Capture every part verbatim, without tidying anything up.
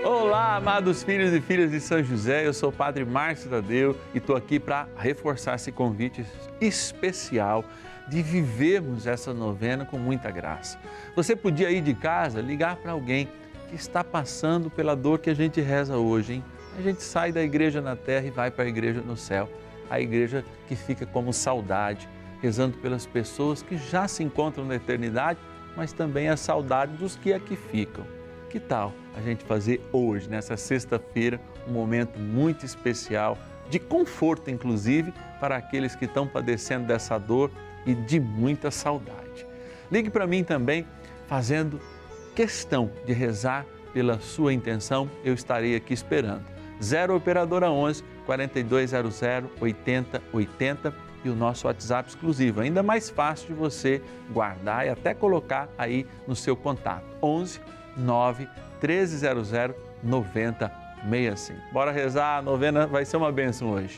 Olá, amados filhos e filhas de São José, eu sou o Padre Márcio Tadeu e estou aqui para reforçar esse convite especial de vivermos essa novena com muita graça. Você podia ir de casa, ligar para alguém que está passando pela dor que a gente reza hoje, hein? A gente sai da igreja na terra e vai para a igreja no céu, a igreja que fica como saudade, rezando pelas pessoas que já se encontram na eternidade, mas também a saudade dos que aqui ficam. Que tal a gente fazer hoje, nessa sexta-feira, um momento muito especial, de conforto, inclusive, para aqueles que estão padecendo dessa dor e de muita saudade. Ligue para mim também, fazendo questão de rezar pela sua intenção, eu estarei aqui esperando. zero Operadora onze, quarenta e dois zero zero, oitenta oitenta e o nosso WhatsApp exclusivo, ainda mais fácil de você guardar e até colocar aí no seu contato, onze nove treze zero zero noventa sessenta e cinco. Bora rezar, a novena vai ser uma bênção hoje.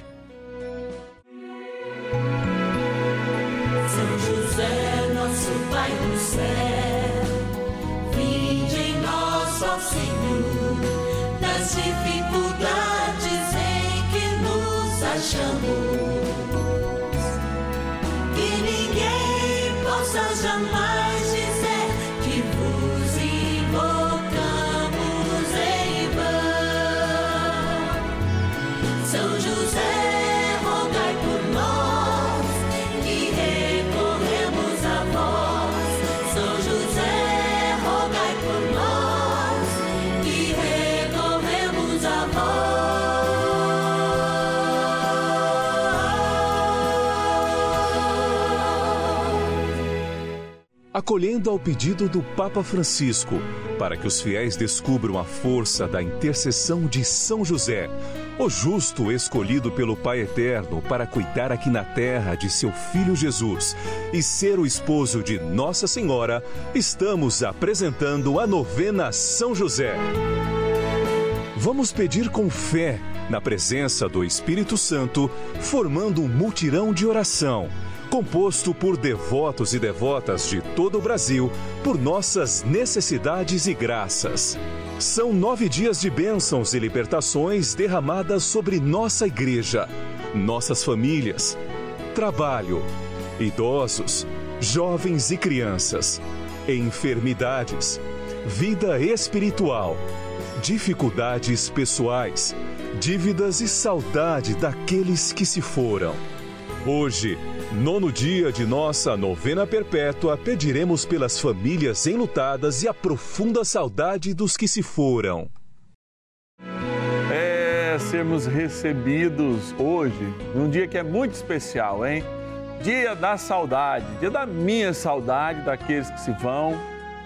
São José, nosso Pai do céu, vinde em nós, ó Senhor, nas dificuldades em que nos achamos, que ninguém possa jamais dizer que vos invocamos em vão. São José, rogai por nós, que recorremos a vós. São José, rogai por nós, que recorremos a vós. Acolhendo ao pedido do Papa Francisco, para que os fiéis descubram a força da intercessão de São José, o justo escolhido pelo Pai Eterno para cuidar aqui na terra de seu Filho Jesus e ser o esposo de Nossa Senhora, estamos apresentando a novena São José. Vamos pedir com fé, na presença do Espírito Santo, formando um mutirão de oração, composto por devotos e devotas de todo o Brasil, por nossas necessidades e graças. São nove dias de bênçãos e libertações derramadas sobre nossa igreja, nossas famílias, trabalho, idosos, jovens e crianças, enfermidades, vida espiritual, dificuldades pessoais, dívidas e saudade daqueles que se foram. Hoje, nono dia de nossa novena perpétua, pediremos pelas famílias enlutadas e a profunda saudade dos que se foram. É, sermos recebidos hoje, num dia que é muito especial, hein? Dia da saudade, dia da minha saudade daqueles que se vão.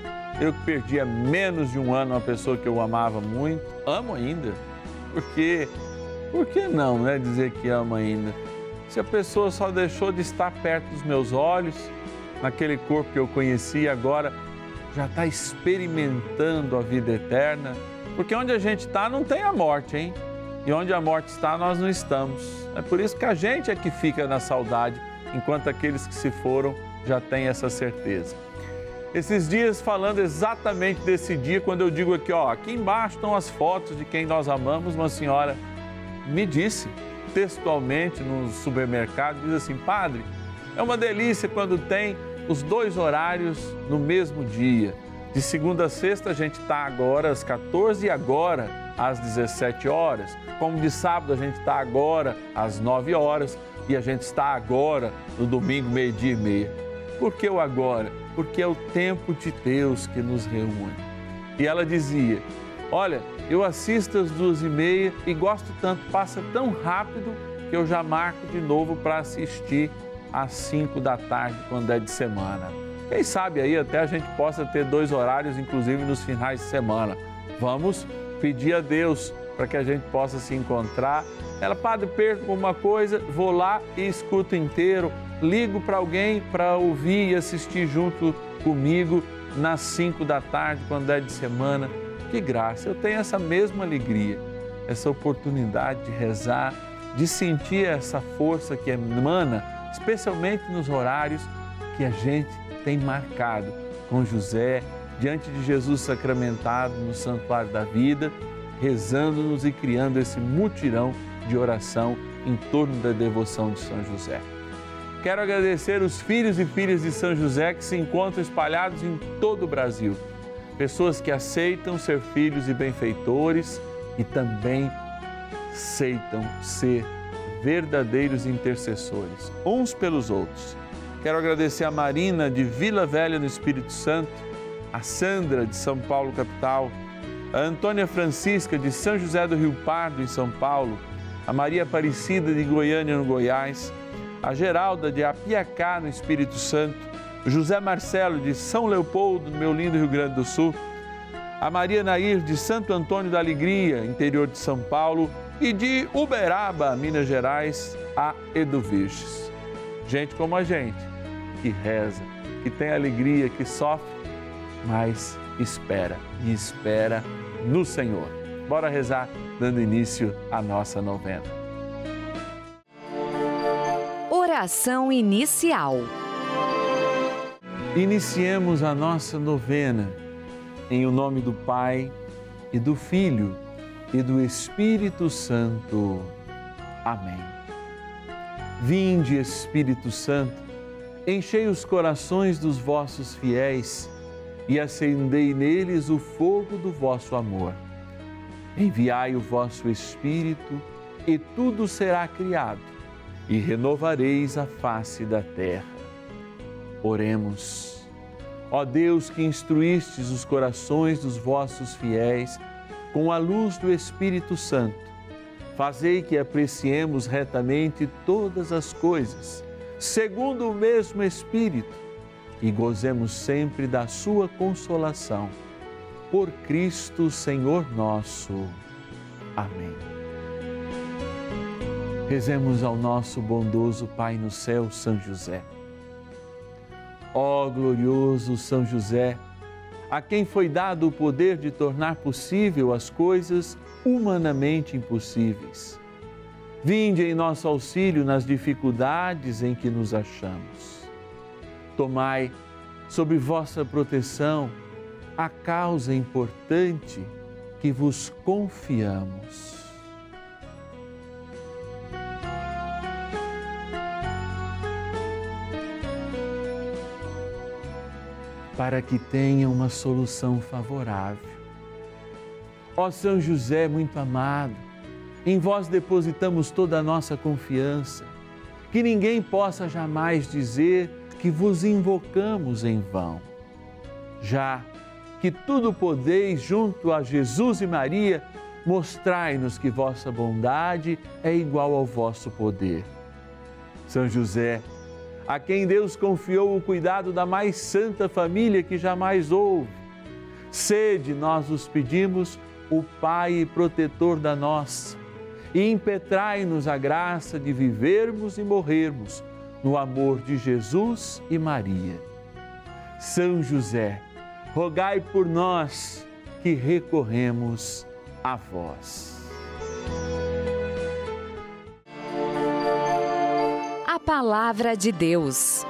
Eu que perdi há menos de um ano uma pessoa que eu amava muito, amo ainda, porque, por que não, né, dizer que amo ainda? Se a pessoa só deixou de estar perto dos meus olhos, naquele corpo que eu conheci, agora já está experimentando a vida eterna, porque onde a gente está não tem a morte, hein? E onde a morte está, nós não estamos. É por isso que a gente é que fica na saudade, enquanto aqueles que se foram já têm essa certeza. Esses dias falando exatamente desse dia, quando eu digo aqui, ó, aqui embaixo estão as fotos de quem nós amamos, uma senhora me disse, textualmente no supermercado, diz assim: padre, é uma delícia quando tem os dois horários no mesmo dia. De segunda a sexta a gente está agora às quatorze e agora às dezessete horas. Como de sábado a gente está agora às nove horas e a gente está agora no domingo meio-dia e meia. Por que o agora? Porque é o tempo de Deus que nos reúne. E ela dizia: olha, eu assisto às duas e meia e gosto tanto, passa tão rápido que eu já marco de novo para assistir às cinco da tarde, quando é de semana. Quem sabe aí até a gente possa ter dois horários, inclusive nos finais de semana. Vamos pedir a Deus para que a gente possa se encontrar. Ela, padre, perco uma coisa, vou lá e escuto inteiro, ligo para alguém para ouvir e assistir junto comigo nas cinco da tarde, quando é de semana. Que graça, eu tenho essa mesma alegria, essa oportunidade de rezar, de sentir essa força que emana, especialmente nos horários que a gente tem marcado com José, diante de Jesus sacramentado no Santuário da Vida, rezando-nos e criando esse mutirão de oração em torno da devoção de São José. Quero agradecer os filhos e filhas de São José que se encontram espalhados em todo o Brasil. Pessoas que aceitam ser filhos e benfeitores e também aceitam ser verdadeiros intercessores, uns pelos outros. Quero agradecer a Marina de Vila Velha, no Espírito Santo, a Sandra de São Paulo, capital, a Antônia Francisca de São José do Rio Pardo, em São Paulo, a Maria Aparecida de Goiânia, no Goiás, a Geralda de Apiacá, no Espírito Santo, o José Marcelo de São Leopoldo, no meu lindo Rio Grande do Sul, a Maria Nair de Santo Antônio da Alegria, interior de São Paulo, e de Uberaba, Minas Gerais, a Eduvirges. Gente como a gente, que reza, que tem alegria, que sofre, mas espera, e espera no Senhor. Bora rezar, dando início à nossa novena. Oração inicial. Iniciemos a nossa novena em o nome do Pai e do Filho e do Espírito Santo. Amém. Vinde, Espírito Santo, enchei os corações dos vossos fiéis e acendei neles o fogo do vosso amor. Enviai o vosso Espírito e tudo será criado e renovareis a face da terra. Oremos. Ó Deus, que instruístes os corações dos vossos fiéis com a luz do Espírito Santo, fazei que apreciemos retamente todas as coisas, segundo o mesmo Espírito, e gozemos sempre da sua consolação. Por Cristo, Senhor nosso. Amém. Rezemos ao nosso bondoso Pai no céu, São José. Ó glorioso São José, a quem foi dado o poder de tornar possível as coisas humanamente impossíveis. Vinde em nosso auxílio nas dificuldades em que nos achamos. Tomai sob vossa proteção a causa importante que vos confiamos. Para que tenha uma solução favorável. Ó São José muito amado, em vós depositamos toda a nossa confiança, que ninguém possa jamais dizer que vos invocamos em vão. Já que tudo podeis junto a Jesus e Maria, mostrai-nos que vossa bondade é igual ao vosso poder. São José, a quem Deus confiou o cuidado da mais santa família que jamais houve, sede, nós os pedimos, o Pai e protetor da nossa, e impetrai-nos a graça de vivermos e morrermos no amor de Jesus e Maria. São José, rogai por nós que recorremos a vós. A Palavra de Deus.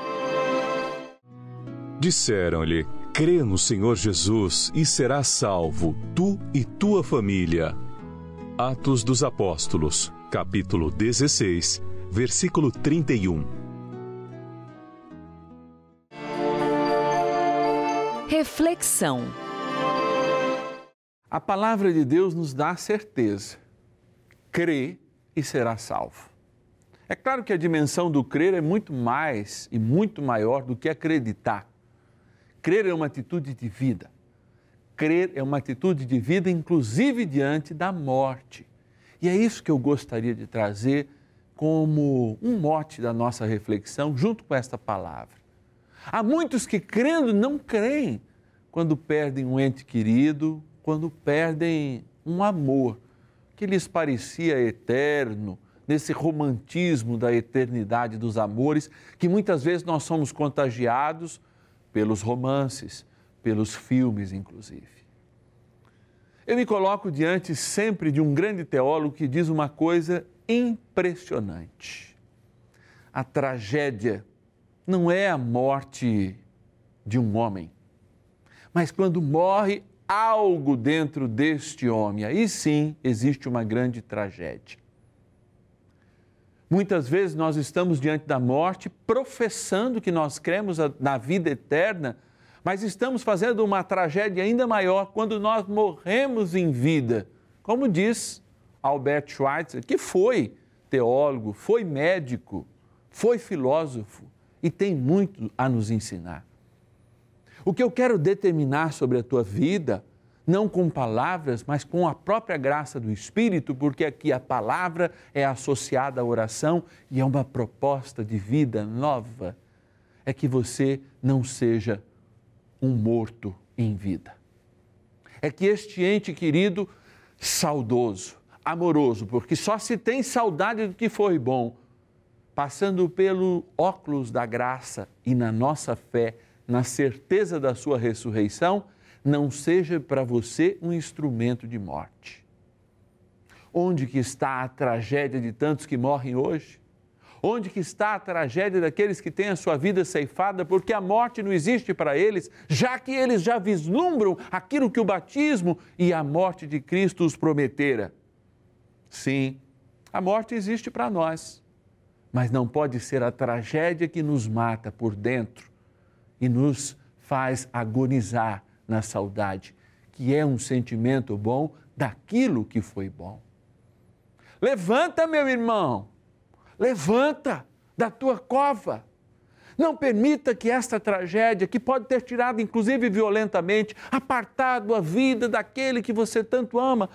Disseram-lhe: crê no Senhor Jesus e serás salvo, tu e tua família. Atos dos Apóstolos, capítulo dezesseis, versículo trinta e um. Reflexão. A palavra de Deus nos dá a certeza. Crê e será salvo. É claro que a dimensão do crer é muito mais e muito maior do que acreditar. Crer é uma atitude de vida. Crer é uma atitude de vida, inclusive diante da morte. E é isso que eu gostaria de trazer como um mote da nossa reflexão, junto com esta palavra. Há muitos que, crendo, não creem quando perdem um ente querido, quando perdem um amor que lhes parecia eterno, nesse romantismo da eternidade dos amores, que muitas vezes nós somos contagiados pelos romances, pelos filmes, inclusive. Eu me coloco diante sempre de um grande teólogo que diz uma coisa impressionante. A tragédia não é a morte de um homem, mas quando morre algo dentro deste homem. Aí sim existe uma grande tragédia. Muitas vezes nós estamos diante da morte professando que nós cremos na vida eterna, mas estamos fazendo uma tragédia ainda maior quando nós morremos em vida. Como diz Albert Schweitzer, que foi teólogo, foi médico, foi filósofo e tem muito a nos ensinar. O que eu quero determinar sobre a tua vida, não com palavras, mas com a própria graça do Espírito, porque aqui a palavra é associada à oração e é uma proposta de vida nova, é que você não seja um morto em vida. É que este ente querido, saudoso, amoroso, porque só se tem saudade do que foi bom, passando pelo óculos da graça e na nossa fé, na certeza da sua ressurreição, não seja para você um instrumento de morte. Onde que está a tragédia de tantos que morrem hoje? Onde que está a tragédia daqueles que têm a sua vida ceifada porque a morte não existe para eles, já que eles já vislumbram aquilo que o batismo e a morte de Cristo os prometera? Sim, a morte existe para nós, mas não pode ser a tragédia que nos mata por dentro e nos faz agonizar na saudade, que é um sentimento bom daquilo que foi bom. Levanta, meu irmão, levanta da tua cova. Não permita que esta tragédia, que pode ter tirado inclusive violentamente, apartado a vida daquele que você tanto ama,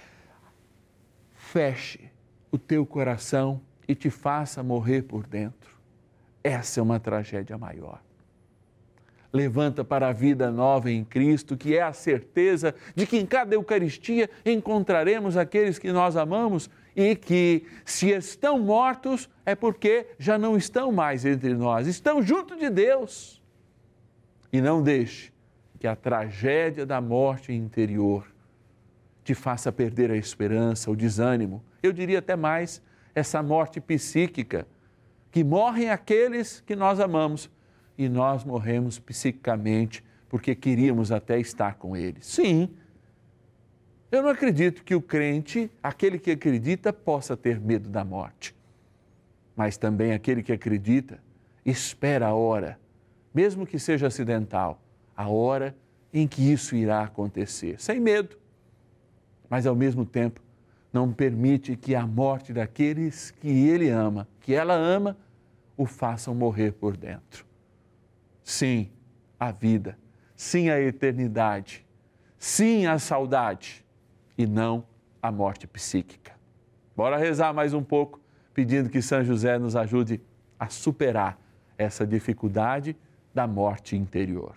feche o teu coração e te faça morrer por dentro. Essa é uma tragédia maior. Levanta para a vida nova em Cristo, que é a certeza de que em cada Eucaristia encontraremos aqueles que nós amamos e que, se estão mortos, é porque já não estão mais entre nós, estão junto de Deus. E não deixe que a tragédia da morte interior te faça perder a esperança, o desânimo. Eu diria até mais, essa morte psíquica, que morrem aqueles que nós amamos, e nós morremos psiquicamente porque queríamos até estar com eles. Sim, eu não acredito que o crente, aquele que acredita, possa ter medo da morte. Mas também aquele que acredita, espera a hora, mesmo que seja acidental, a hora em que isso irá acontecer, sem medo. Mas ao mesmo tempo, não permite que a morte daqueles que ele ama, que ela ama, o façam morrer por dentro. Sim, a vida, sim, a eternidade, sim, a saudade e não a morte psíquica. Bora rezar mais um pouco, pedindo que São José nos ajude a superar essa dificuldade da morte interior.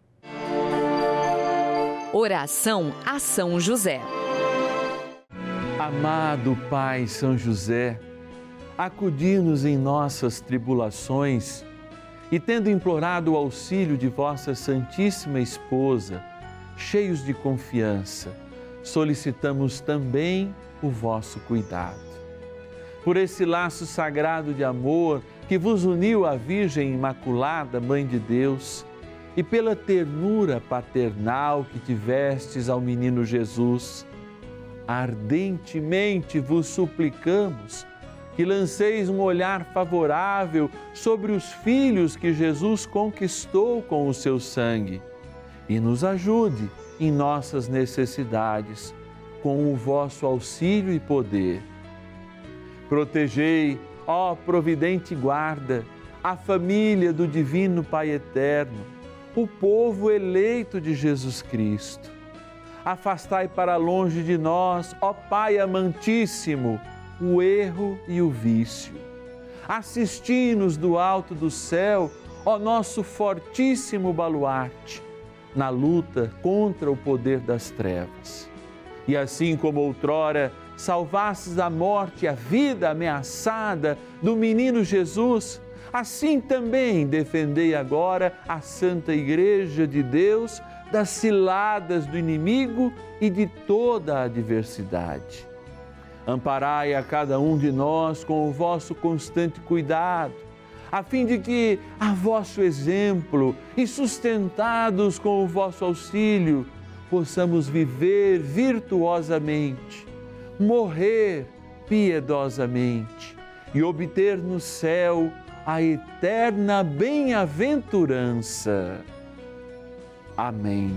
Oração a São José. Amado Pai São José, acudi-nos em nossas tribulações e, tendo implorado o auxílio de vossa Santíssima Esposa, cheios de confiança, solicitamos também o vosso cuidado. Por esse laço sagrado de amor que vos uniu à Virgem Imaculada, Mãe de Deus, e pela ternura paternal que tivestes ao menino Jesus, ardentemente vos suplicamos que lanceis um olhar favorável sobre os filhos que Jesus conquistou com o seu sangue e nos ajude em nossas necessidades com o vosso auxílio e poder. Protegei, ó providente guarda, a família do Divino Pai Eterno, o povo eleito de Jesus Cristo. Afastai para longe de nós, ó Pai amantíssimo, o erro e o vício. Assisti-nos do alto do céu, ó nosso fortíssimo baluarte, na luta contra o poder das trevas. E assim como outrora salvastes a morte e a vida ameaçada do menino Jesus, assim também defendei agora a Santa Igreja de Deus das ciladas do inimigo e de toda a adversidade. Amparai a cada um de nós com o vosso constante cuidado, a fim de que, a vosso exemplo e sustentados com o vosso auxílio, possamos viver virtuosamente, morrer piedosamente e obter no céu a eterna bem-aventurança. Amém.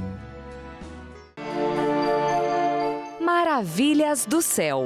Maravilhas do céu.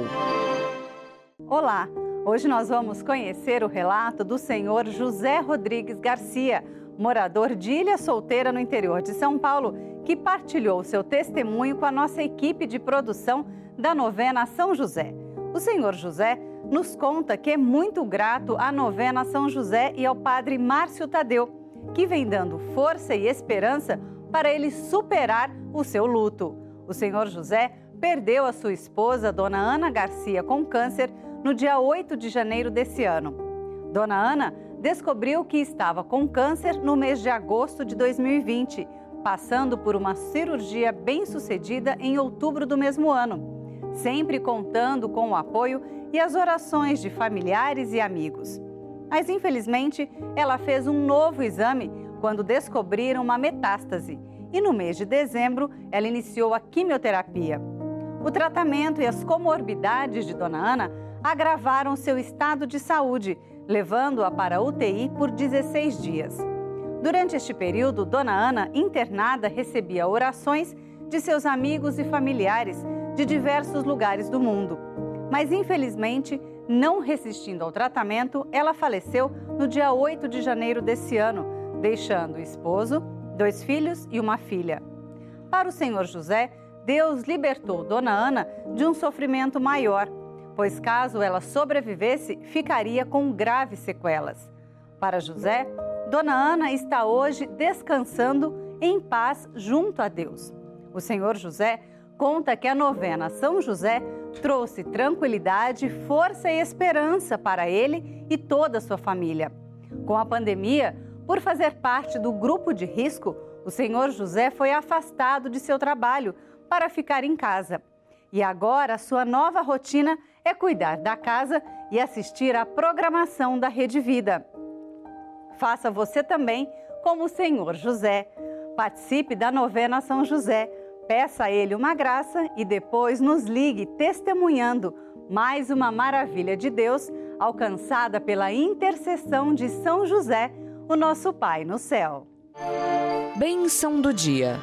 Olá, hoje nós vamos conhecer o relato do senhor José Rodrigues Garcia, morador de Ilha Solteira, no interior de São Paulo, que partilhou seu testemunho com a nossa equipe de produção da novena São José. O senhor José nos conta que é muito grato à novena São José e ao padre Márcio Tadeu, que vem dando força e esperança para ele superar o seu luto. O senhor José perdeu a sua esposa, dona Ana Garcia, com câncer no dia oito de janeiro desse ano. Dona Ana descobriu que estava com câncer no mês de agosto de dois mil e vinte, passando por uma cirurgia bem-sucedida em outubro do mesmo ano, sempre contando com o apoio e as orações de familiares e amigos. Mas, infelizmente, ela fez um novo exame quando descobriram uma metástase e, no mês de dezembro, ela iniciou a quimioterapia. O tratamento e as comorbidades de Dona Ana agravaram seu estado de saúde, levando-a para a U T I por dezesseis dias. Durante este período, Dona Ana, internada, recebia orações de seus amigos e familiares de diversos lugares do mundo. Mas, infelizmente, não resistindo ao tratamento, ela faleceu no dia oito de janeiro desse ano, deixando o esposo, dois filhos e uma filha. Para o senhor José, Deus libertou Dona Ana de um sofrimento maior, pois caso ela sobrevivesse, ficaria com graves sequelas. Para José, Dona Ana está hoje descansando em paz junto a Deus. O senhor José conta que a novena São José trouxe tranquilidade, força e esperança para ele e toda a sua família. Com a pandemia, por fazer parte do grupo de risco, o senhor José foi afastado de seu trabalho para ficar em casa. E agora, sua nova rotina é cuidar da casa e assistir à programação da Rede Vida. Faça você também como o senhor José. Participe da novena São José. Peça a ele uma graça e depois nos ligue testemunhando mais uma maravilha de Deus alcançada pela intercessão de São José, o nosso Pai no céu. Bênção do dia.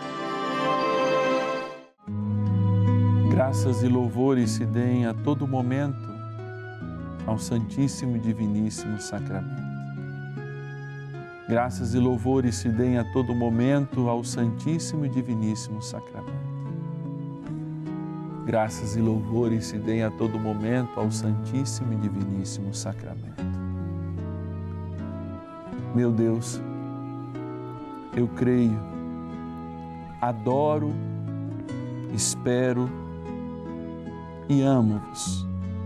Graças e louvores se deem a todo momento ao Santíssimo e Diviníssimo Sacramento. Graças e louvores se deem a todo momento ao Santíssimo e Diviníssimo Sacramento. Graças e louvores se deem a todo momento ao Santíssimo e Diviníssimo Sacramento. Meu Deus, eu creio, adoro, espero e amo-vos.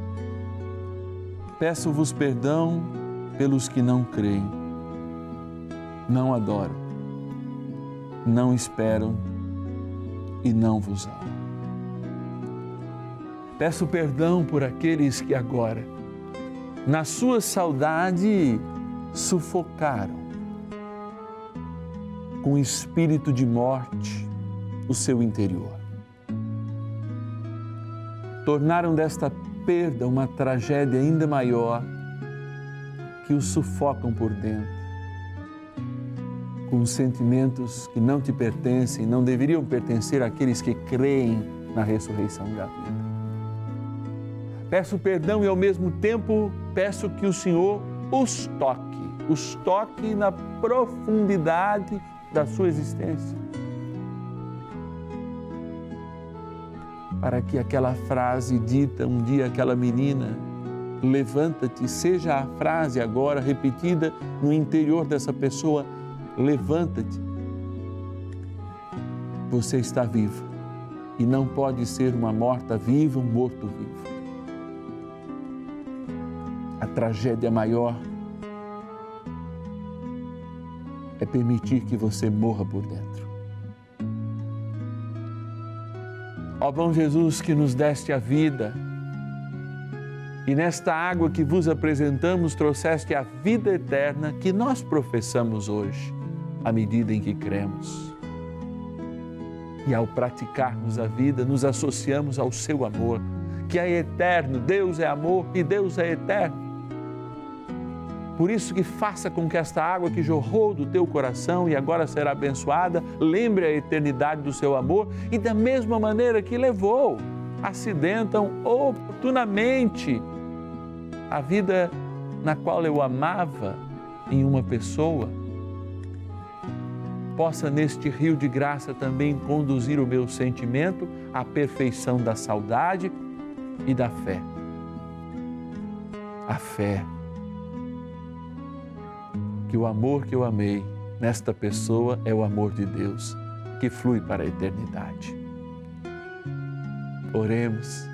Peço-vos perdão pelos que não creem, não adoram, não esperam e não vos amam. Peço perdão por aqueles que agora, na sua saudade, sufocaram com espírito de morte o seu interior. Tornaram desta perda uma tragédia ainda maior que os sufocam por dentro, com sentimentos que não te pertencem, não deveriam pertencer àqueles que creem na ressurreição da vida. Peço perdão e ao mesmo tempo peço que o Senhor os toque, os toque na profundidade da sua existência. Para que aquela frase dita um dia àquela menina, levanta-te, seja a frase agora repetida no interior dessa pessoa, levanta-te. Você está viva e não pode ser uma morta-viva, um morto-vivo. A tragédia maior é permitir que você morra por dentro. Ó bom Jesus, que nos deste a vida e nesta água que vos apresentamos trouxeste a vida eterna que nós professamos hoje, à medida em que cremos. E ao praticarmos a vida, nos associamos ao seu amor, que é eterno. Deus é amor e Deus é eterno. Por isso que faça com que esta água que jorrou do teu coração e agora será abençoada, lembre a eternidade do seu amor e da mesma maneira que levou, acidentam oportunamente a vida na qual eu amava em uma pessoa, possa neste rio de graça também conduzir o meu sentimento à perfeição da saudade e da fé. A fé que o amor que eu amei nesta pessoa é o amor de Deus, que flui para a eternidade. Oremos.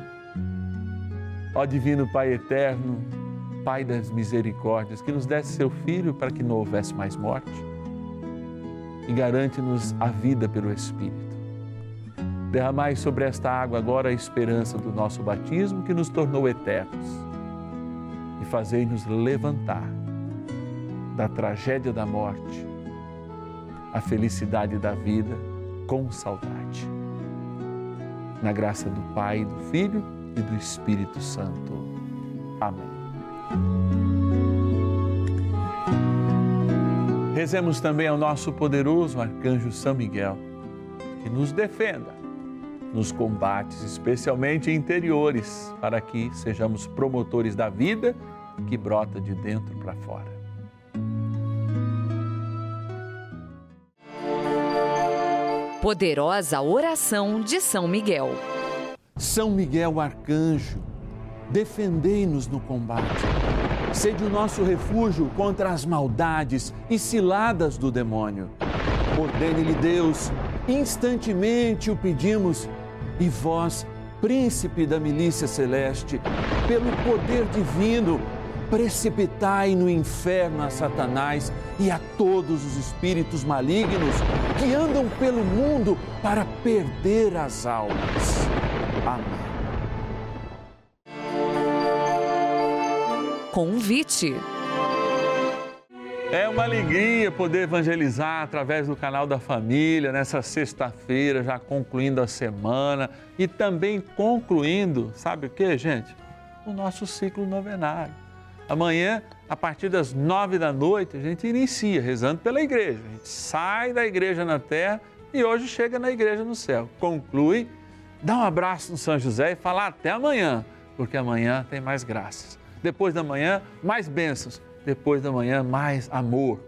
Ó Divino Pai Eterno, Pai das misericórdias, que nos desse seu Filho para que não houvesse mais morte e garante-nos a vida pelo Espírito. Derramai sobre esta água agora a esperança do nosso batismo que nos tornou eternos e fazei-nos levantar da tragédia da morte, a felicidade da vida com saudade. Na graça do Pai, do Filho e do Espírito Santo. Amém. Rezemos também ao nosso poderoso arcanjo São Miguel, que nos defenda nos combates, especialmente interiores, para que sejamos promotores da vida que brota de dentro para fora. Poderosa oração de São Miguel. São Miguel Arcanjo, defendei-nos no combate. Sede o nosso refúgio contra as maldades e ciladas do demônio. Ordene-lhe Deus, instantemente o pedimos, e vós, príncipe da milícia celeste, pelo poder divino, precipitai no inferno a Satanás e a todos os espíritos malignos que andam pelo mundo para perder as almas. Amém. Convite. É uma alegria poder evangelizar através do canal da família nessa sexta-feira, já concluindo a semana e também concluindo, sabe o que, gente? O nosso ciclo novenário. Amanhã, a partir das nove da noite, a gente inicia rezando pela igreja. A gente sai da igreja na terra e hoje chega na igreja no céu. Conclui, dá um abraço no São José e fala até amanhã, porque amanhã tem mais graças. Depois da manhã, mais bênçãos. Depois da manhã, mais amor.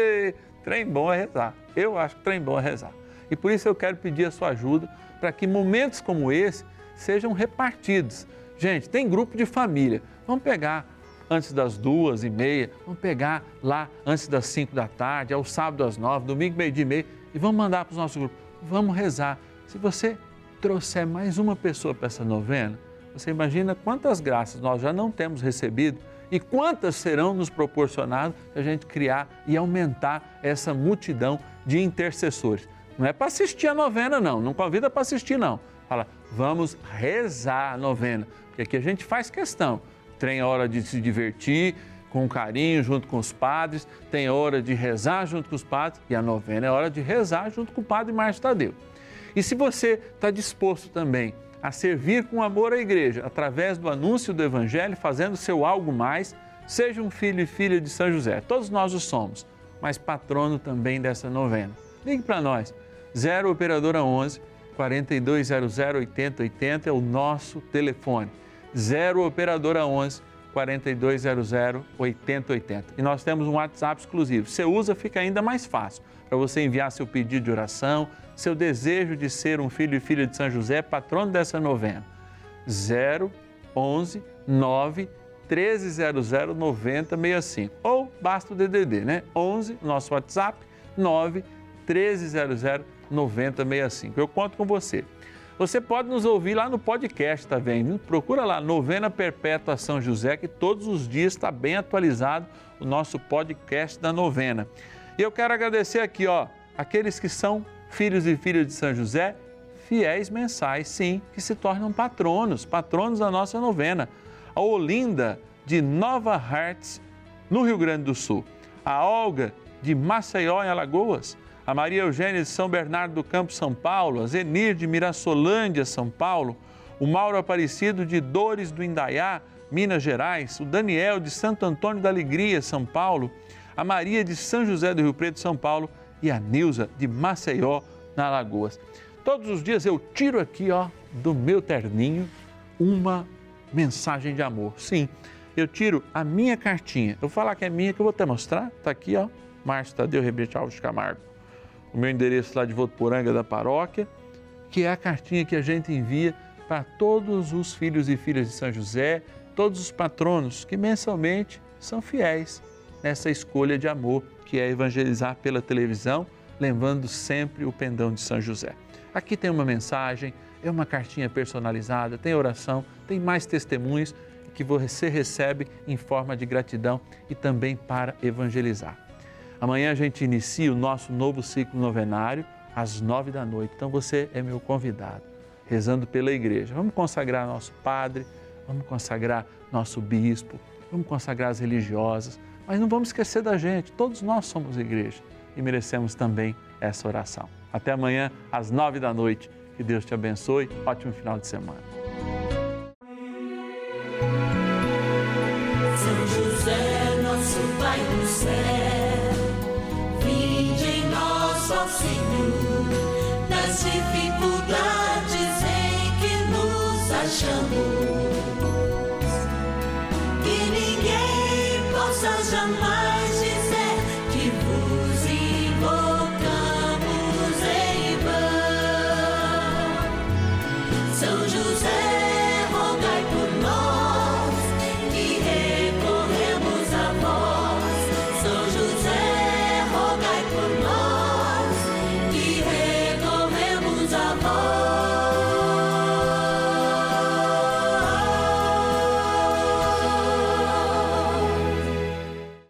Trem bom é rezar. Eu acho que trem bom é rezar. E por isso eu quero pedir a sua ajuda para que momentos como esse sejam repartidos. Gente, tem grupo de família. Vamos pegar antes das duas e meia, vamos pegar lá antes das cinco da tarde, ao sábado às nove, domingo meio dia e meia, e vamos mandar para os nossos grupos. Vamos rezar. Se você trouxer mais uma pessoa para essa novena, você imagina quantas graças nós já não temos recebido e quantas serão nos proporcionadas se a gente criar e aumentar essa multidão de intercessores. Não é para assistir a novena, não. Não convida para assistir, não. Fala, vamos rezar a novena, porque aqui a gente faz questão. Tem hora de se divertir com carinho junto com os padres, tem hora de rezar junto com os padres e a novena é hora de rezar junto com o Padre Márcio Tadeu. E se você está disposto também a servir com amor à igreja, através do anúncio do Evangelho, fazendo seu algo mais, seja um filho e filha de São José. Todos nós o somos, mas patrono também dessa novena. Ligue para nós, zero Operadora onze, quarenta e dois zero zero, oitenta oitenta é o nosso telefone. zero Operadora onze, quarenta e dois zero zero, oitenta oitenta. E nós temos um WhatsApp exclusivo. Você usa, fica ainda mais fácil para você enviar seu pedido de oração, seu desejo de ser um filho e filha de São José, patrono dessa novena. zero onze, nove, treze zero zero, noventa sessenta e cinco. Ou basta o D D D, né? onze, nosso WhatsApp, nove, treze zero zero, noventa sessenta e cinco. Eu conto com você. Você pode nos ouvir lá no podcast, tá vendo? Procura lá, Novena Perpétua São José, que todos os dias está bem atualizado o nosso podcast da novena. E eu quero agradecer aqui, ó, aqueles que são filhos e filhas de São José, fiéis mensais, sim, que se tornam patronos, patronos da nossa novena. A Olinda, de Nova Hartz, no Rio Grande do Sul. A Olga, de Maceió, em Alagoas. a Maria Eugênia de São Bernardo do Campo, São Paulo, a Zenir de Mirassolândia, São Paulo, o Mauro Aparecido de Dores do Indaiá, Minas Gerais, o Daniel de Santo Antônio da Alegria, São Paulo, a Maria de São José do Rio Preto, São Paulo e a Nilza de Maceió, na Alagoas. Todos os dias eu tiro aqui, ó, do meu terninho, uma mensagem de amor. Sim, eu tiro a minha cartinha. Eu vou falar que é minha, que eu vou até mostrar. Está aqui, ó, Márcio Tadeu Rebete Alves Camargo. O meu endereço lá de Votuporanga da paróquia, que é a cartinha que a gente envia para todos os filhos e filhas de São José, todos os patronos que mensalmente são fiéis nessa escolha de amor que é evangelizar pela televisão, lembrando sempre o pendão de São José. Aqui tem uma mensagem, é uma cartinha personalizada, tem oração, tem mais testemunhos que você recebe em forma de gratidão e também para evangelizar. Amanhã a gente inicia o nosso novo ciclo novenário às nove da noite. Então você é meu convidado, rezando pela igreja. Vamos consagrar nosso padre, vamos consagrar nosso bispo, vamos consagrar as religiosas, mas não vamos esquecer da gente, todos nós somos igreja e merecemos também essa oração. Até amanhã às nove da noite. Que Deus te abençoe. Ótimo final de semana. São José, nosso Pai do céu, vinde em nós, ó Senhor, nas dificuldades em que nos achamos, que ninguém possa jamais